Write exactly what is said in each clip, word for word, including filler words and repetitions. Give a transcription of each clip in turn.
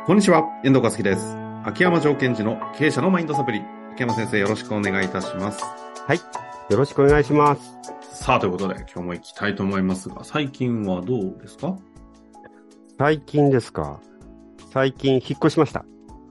こんにちは、遠藤和樹です。秋山条件時の経営者のマインドサプリ。秋山先生、よろしくお願いいたします。 はい。よろしくお願いします。 さあ、ということで、今日も行きたいと思いますが、最近はどうですか？ 最近ですか。最近引っ越しました。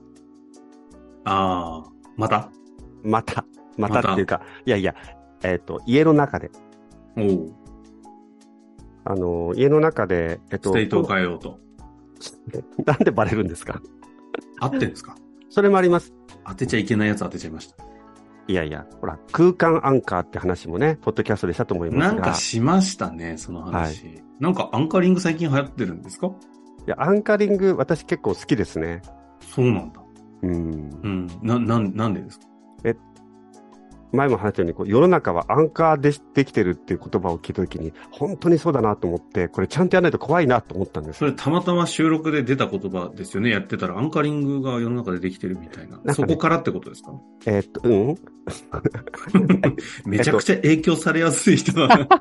ああ、またまた。またっていうか、いやいや、えっと、家の中で。 おう。 あの、家の中で、えっと。 ステートを変えようと。 なんでバレるんですか？ 合ってんですか？ それもあります。 当てちゃいけないやつ当てちゃいました。 いやいや、ほら、空間アンカーって話もね、ポッドキャストでしたと思いますが。 なんかしましたね、その話。はい、なんかアンカリング最近流行ってるんですか？ いや、アンカリング、私結構好きですね。 そうなんだ。 うん。 うん。な、な、なんでですか？ え、前も話したように、こう世の中はアンカーでできてるっていう言葉を聞いたときに、本当にそうだなと思って、これちゃんとやらないと怖いなと思ったんです。 それたまたま収録で出た言葉ですよね。やってたらアンカリングが世の中でできてるみたいな。なんかね、そこからってことですか？ えー、っと、うんめちゃくちゃ影響されやすい人だな。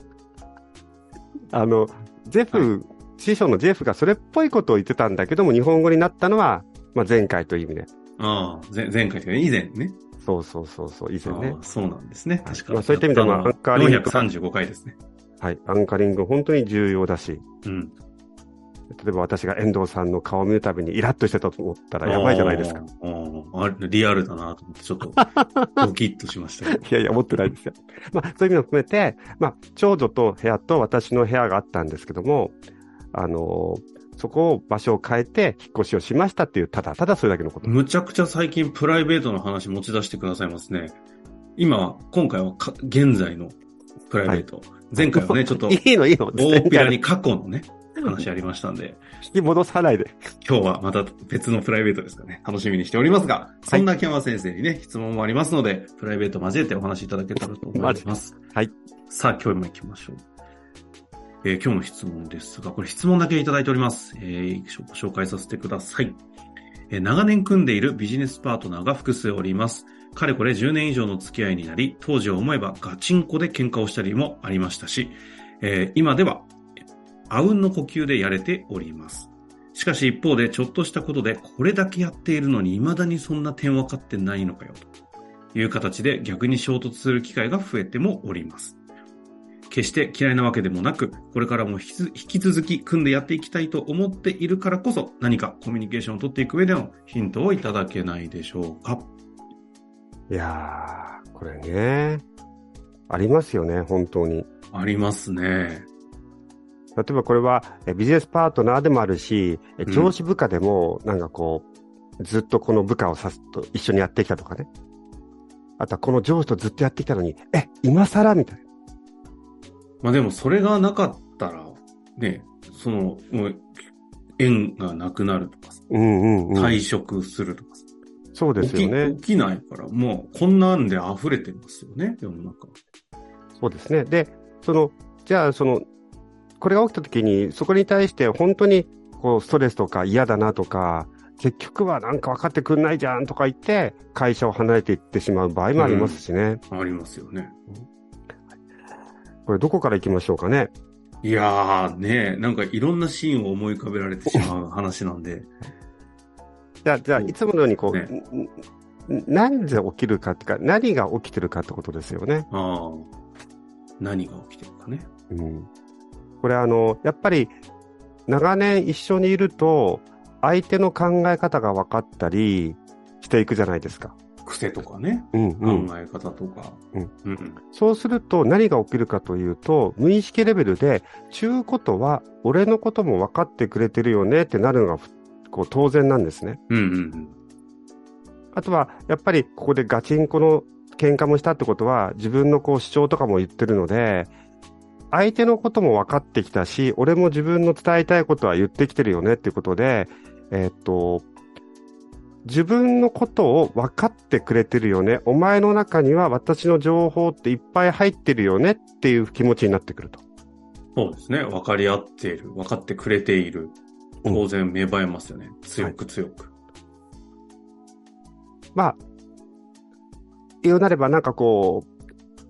あの、ジェフ、はい、師匠のジェフがそれっぽいことを言ってたんだけども、日本語になったのは、まあ、前回という意味で。 ああ、前回というか以前ね。 そうそうそうそう、以前ね。 ああ、そうなんですね。確かに。 まあ、そういった意味でも、アンカーリング。 よんひゃくさんじゅうごかいですね。はい。 アンカリング本当に重要だし。 うん。 例えば私が遠藤さんの顔を見るたびにイラッとしてたと思ったらやばいじゃないですか。 ああ、リアルだなと思ってちょっとドキッとしました。 いやいや、思ってないですよ。まあ、そういう意味を含めて、まあ、長女と部屋と私の部屋があったんですけども、あのー、そこを場所を変えて引っ越しをしましたっていう、ただただそれだけのこと。 むちゃくちゃ最近プライベートの話持ち出してくださいますね。今、今回はか現在のプライベート。はい、前回はね、ちょっと、 いいのいいの。 大っぴらに過去のね、話ありましたんで。 引き戻さないで。 今日はまた別のプライベートですかね。楽しみにしておりますが、そんな秋山先生にね、質問もありますので、プライベート交えてお話しいただけたらと思います。 はい。 さあ、今日も行きましょう。えー、今日の質問ですが、これ質問だけいただいております。えー、ご紹介させてください。えー、長年組んでいるビジネスパートナーが複数おります。かれこれじゅうねん以上の付き合いになり、当時を思えばガチンコで喧嘩をしたりもありましたし、えー、今ではあうんの呼吸でやれております。しかし一方でちょっとしたことでこれだけやっているのに未だにそんな点分かってないのかよという形で逆に衝突する機会が増えてもおります。決して嫌いなわけでもなく、これからも引き続き組んでやっていきたいと思っているからこそ、何かコミュニケーションを取っていく上でのヒントをいただけないでしょうか。 いやー、これね、ありますよね、本当に。 ありますね。 例えばこれはビジネスパートナーでもあるし、上司部下でもなんかこう、うん、ずっとこの部下をさすと一緒にやってきたとかね。あとはこの上司とずっとやってきたのに、え、今更みたいな。 まあでもそれがなかったら、ね、その、もう、縁がなくなるとかさ、 うんうんうん、 退職するとかさ。 そうですよね。 起き、起きないから、もうこんなんで溢れてますよね、世の中。 そうですね。で、その、じゃあその、これが起きた時に、そこに対して本当にこうストレスとか嫌だなとか、結局はなんか分かってくんないじゃんとか言って、会社を離れていってしまう場合もありますしね。 うん、ありますよね。 これどこから行きましょうかね。 いやーね、なんかいろんなシーンを思い浮かべられてしまう話なんで。 じゃあ、じゃあ、いつものようにこう、ね、何で起きるかっていうか、何が起きてるかってことですよね。 ああ。何が起きてるかね。 うん。これあの、やっぱり、長年一緒にいると、相手の考え方が分かったりしていくじゃないですか。 癖とかね、 うんうん、 考え方とか、 うんうん、そうすると何が起きるかというと、無意識レベルでちゅうことは俺のことも分かってくれてるよねってなるのがこう当然なんですね、 うんうんうん、 あとはやっぱりここでガチンコの喧嘩もしたってことは自分のこう主張とかも言ってるので、相手のことも分かってきたし、俺も自分の伝えたいことは言ってきてるよねっていうことで、えー、っと自分のことを分かってくれてるよね。お前の中には私の情報っていっぱい入ってるよねっていう気持ちになってくると。 そうですね。分かり合っている。分かってくれている。当然芽生えますよね。うん、強く強く。はい、 まあ、言うなればなんかこう、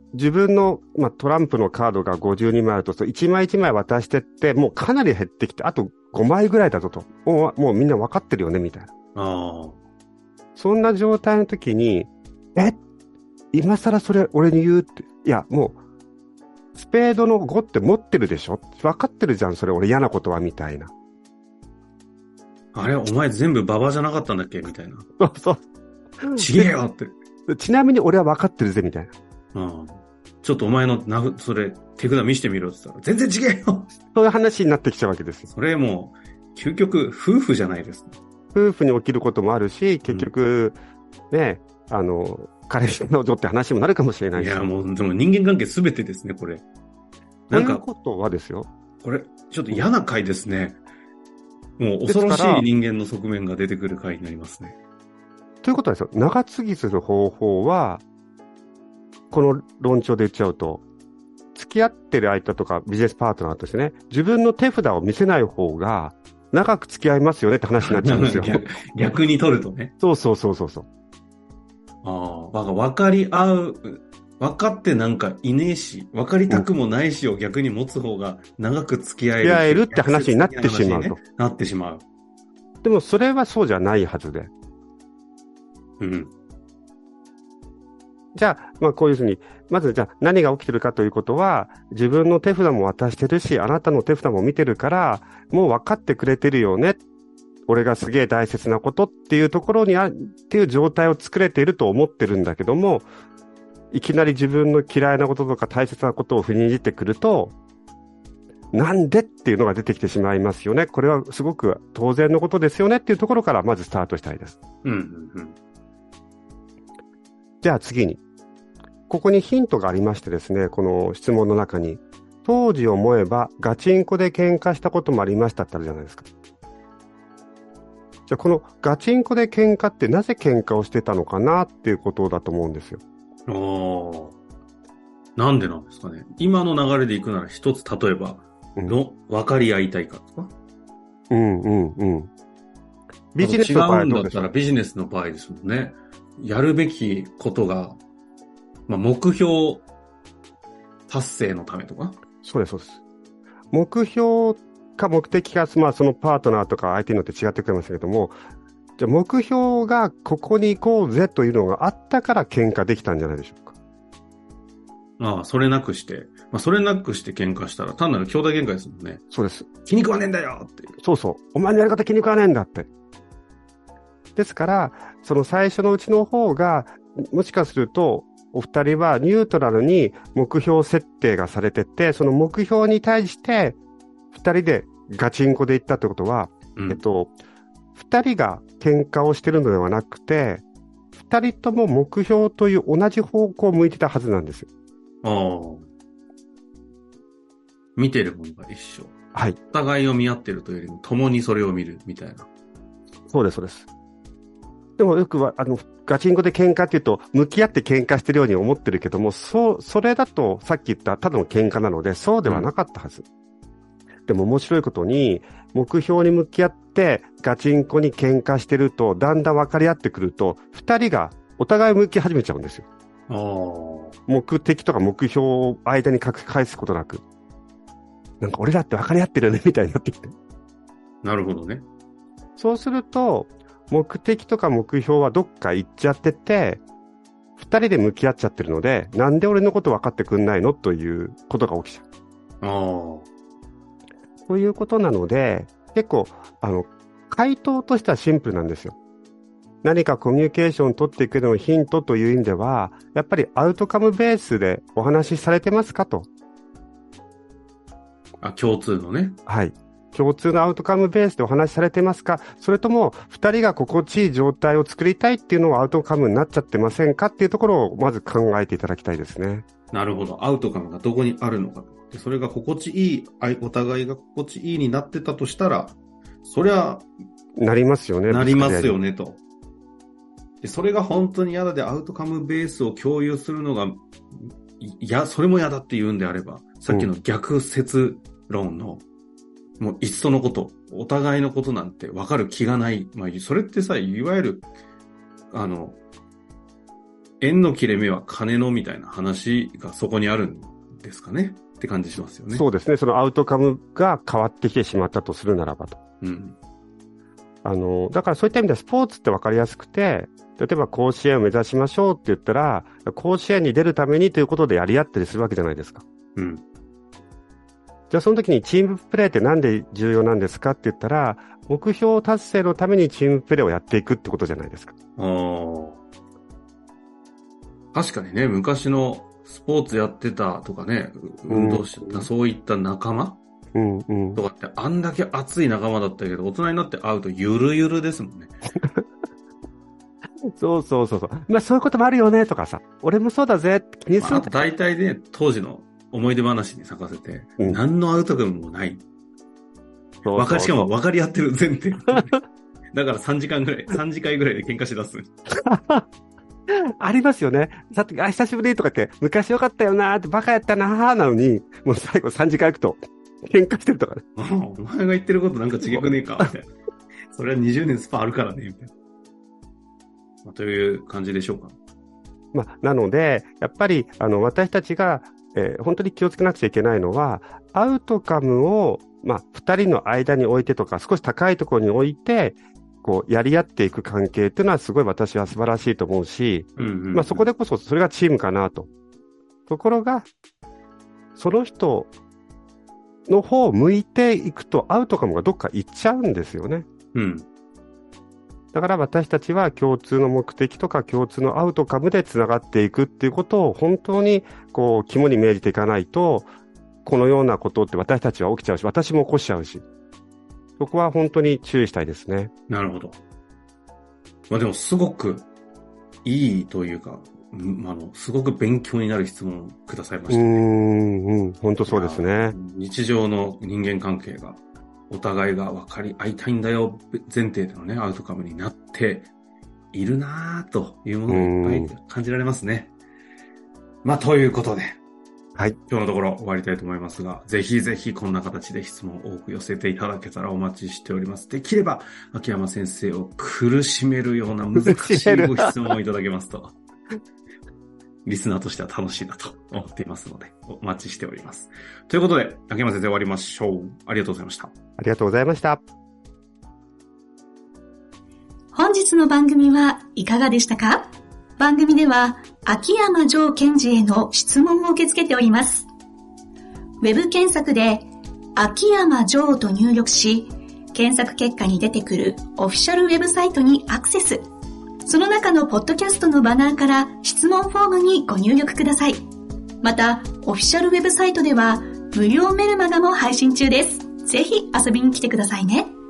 自分の、まあ、トランプのカードがごじゅうにまいあると、いちまいいちまい渡してって、もうかなり減ってきて、あとごまいぐらいだぞと。もう、もうみんな分かってるよね、みたいな。 ああ。 そんな状態の時に、え、今更それ俺に言うって。いや、もう、スペードのごって持ってるでしょ？分かってるじゃん、それ俺嫌なことは、みたいな。 あれ、お前全部ババじゃなかったんだっけみたいな。 そうそう。 ちげえよって。 ちなみに俺は分かってるぜ、みたいな。 うん。ちょっとお前のな、それ、手札見してみろって言ったら、全然ちげえよそういう話になってきちゃうわけですよ。 それもう、究極、夫婦じゃないですか。 夫婦に起きることもあるし、結局、うん、ね、あの、彼氏の女って話もなるかもしれないし。 いや、もう、でも人間関係すべてですね、これ。 なんか。ということはですよ。 これ、ちょっと嫌な回ですね。もう恐ろしい人間の側面が出てくる回になりますね。 ということはですよ、長継ぎする方法は、この論調で言っちゃうと、付き合ってる相手とかビジネスパートナーとしてね、自分の手札を見せない方が、長く付き合いますよねって話になっちゃうんですよ。 逆, 逆に取るとね。 そうそうそうそうそう。 ああ、分かり合う、分かってなんかいねえし、分かりたくもないしを逆に持つ方が長く付き合える。 付き合えるって話になってしまうと。 ね、なってしまう。 でもそれはそうじゃないはずで。 うん。 じゃあ、まあこういうふうに、まずじゃあ何が起きてるかということは、自分の手札も渡してるし、あなたの手札も見てるから、もう分かってくれてるよね。俺がすげえ大切なことっていうところにあるっていう状態を作れていると思ってるんだけども、いきなり自分の嫌いなこととか大切なことを振りにじってくると、なんでっていうのが出てきてしまいますよね。これはすごく当然のことですよねっていうところからまずスタートしたいです。 うんうんうん。 じゃあ次に。ここにヒントがありましてですね、この質問の中に、当時思えばガチンコで喧嘩したこともありましたってあるじゃないですか。じゃあこのガチンコで喧嘩ってなぜ喧嘩をしてたのかなっていうことだと思うんですよ。 ああ。なんでなんですかね。今の流れでいくなら一つ例えば、うん、の分かり合いたいかですか？ うんうんうん。ビジネスの場合はどうでしょう？違うんだったらビジネスの場合ですもんね。やるべきことが、まあ、目標達成のためとか？ そうです、そうです。目標か目的か、まあそのパートナーとか相手によって違ってくれますけども、じゃあ目標がここに行こうぜというのがあったから喧嘩できたんじゃないでしょうか。 ああ、それなくして。まあそれなくして喧嘩したら単なる兄弟喧嘩ですもんね。 そうです。 気に食わねえんだよっていう。 そうそう。お前のやり方気に食わねえんだって。ですから、その最初のうちの方が、もしかすると、お二人はニュートラルに目標設定がされてて、その目標に対して二人でガチンコで行ったってことは、うん、えっと、二人が喧嘩をしてるのではなくて、二人とも目標という同じ方向を向いてたはずなんですよ。 ああ。見てるものが一緒。 はい。 お互いを見合ってるというよりも共にそれを見るみたいな。 そうです、そうです。でもよくは、あの、ガチンコで喧嘩って言うと、向き合って喧嘩してるように思ってるけども、そう、それだとさっき言ったただの喧嘩なので、そうではなかったはず。うん、でも面白いことに、目標に向き合ってガチンコに喧嘩してると、だんだん分かり合ってくると、二人がお互い向き始めちゃうんですよ。 あ目的とか目標を間に返すことなく。なんか俺だって分かり合ってるよね、みたいになってきて。 なるほどね。 そうすると、目的とか目標はどっか行っちゃってて、二人で向き合っちゃってるので、なんで俺のこと分かってくんないのということが起きちゃう。 ああ。 ということなので、結構、あの、回答としてはシンプルなんですよ。何かコミュニケーションを取っていくののヒントという意味では、やっぱりアウトカムベースでお話しされてますかと。 あ、共通のね。 はい。共通のアウトカムベースでお話しされてますか？それとも二人が心地いい状態を作りたいっていうのがアウトカムになっちゃってませんかっていうところをまず考えていただきたいですね。 なるほど。アウトカムがどこにあるのか。でそれが心地いい、お互いが心地いいになってたとしたら、そりゃ、 なりますよね。 なりますよねと。で、それが本当に嫌だでアウトカムベースを共有するのが、いや、それも嫌だって言うんであれば、さっきの逆説論の、うん、もういっそのこと、お互いのことなんて分かる気がない。まあ、それってさ、いわゆる、あの、 縁の切れ目は金のみたいな話がそこにあるんですかねって感じしますよね。 そうですね。そのアウトカムが変わってきてしまったとするならばと。 うん。 あの、だからそういった意味ではスポーツって分かりやすくて、例えば甲子園を目指しましょうって言ったら、甲子園に出るためにということでやり合ったりするわけじゃないですか。 うん。 じゃあその時にチームプレーってなんで重要なんですかって言ったら、目標達成のためにチームプレーをやっていくってことじゃないですか。 ああ。確かにね、昔のスポーツやってたとかね、運動してた、うん、そういった仲間、 うんうん、 とかってあんだけ熱い仲間だったけど、大人になって会うとゆるゆるですもんね。 そうそうそうそう。まあそういうこともあるよねとかさ、俺もそうだぜって気にする。まあ、 あと大体ね、当時の思い出話に咲かせて、うん、何のアウトカムもない。そうそうそう、わかしかも分かり合ってる前提。だからさんじかんぐらい、さんじかいぐらいで喧嘩しだす。 ありますよね。さっき、あ、久しぶりとかって、昔よかったよなーって、バカやったなーなのに、もう最後さんじかん行くと、喧嘩してるとかね。 お前が言ってることなんか違くねえか、みたいな。それはにじゅうねんスパあるからね、みたいな。まあ、という感じでしょうか。 まあ、なので、やっぱり、あの、私たちが、えー、本当に気をつけなくちゃいけないのは、アウトカムを、まあ、二人の間に置いてとか、少し高いところに置いて、こう、やり合っていく関係っていうのはすごい私は素晴らしいと思うし、うんうんうん、まあそこでこそそれがチームかなと。ところが、その人の方を向いていくとアウトカムがどっか行っちゃうんですよね。 うん。 だから私たちは共通の目的とか共通のアウトカムでつながっていくっていうことを本当にこう肝に銘じていかないと、このようなことって私たちは起きちゃうし、私も起こしちゃうし。そこは本当に注意したいですね。 なるほど。まあでもすごくいいというか、あの、すごく勉強になる質問をくださいましたね。 うん、うん、本当そうですね。 日常の人間関係が、お互いが分かり合いたいんだよ、前提でのね、アウトカムになっているなぁというものがいっぱい感じられますね。まあということで。 はい。 今日のところ終わりたいと思いますが、ぜひぜひこんな形で質問を多く寄せていただけたらお待ちしております。できれば、秋山先生を苦しめるような難しいご質問をいただけますと、リスナーとしては楽しいなと思っていますので、お待ちしております。ということで、秋山先生終わりましょう。ありがとうございました。 ありがとうございました。 本日の番組はいかがでしたか？番組では秋山城賢治への質問を受け付けております。ウェブ検索で秋山城と入力し、検索結果に出てくるオフィシャルウェブサイトにアクセス。その中のポッドキャストのバナーから質問フォームにご入力ください。また、オフィシャルウェブサイトでは無料メルマガも配信中です。ぜひ遊びに来てくださいね。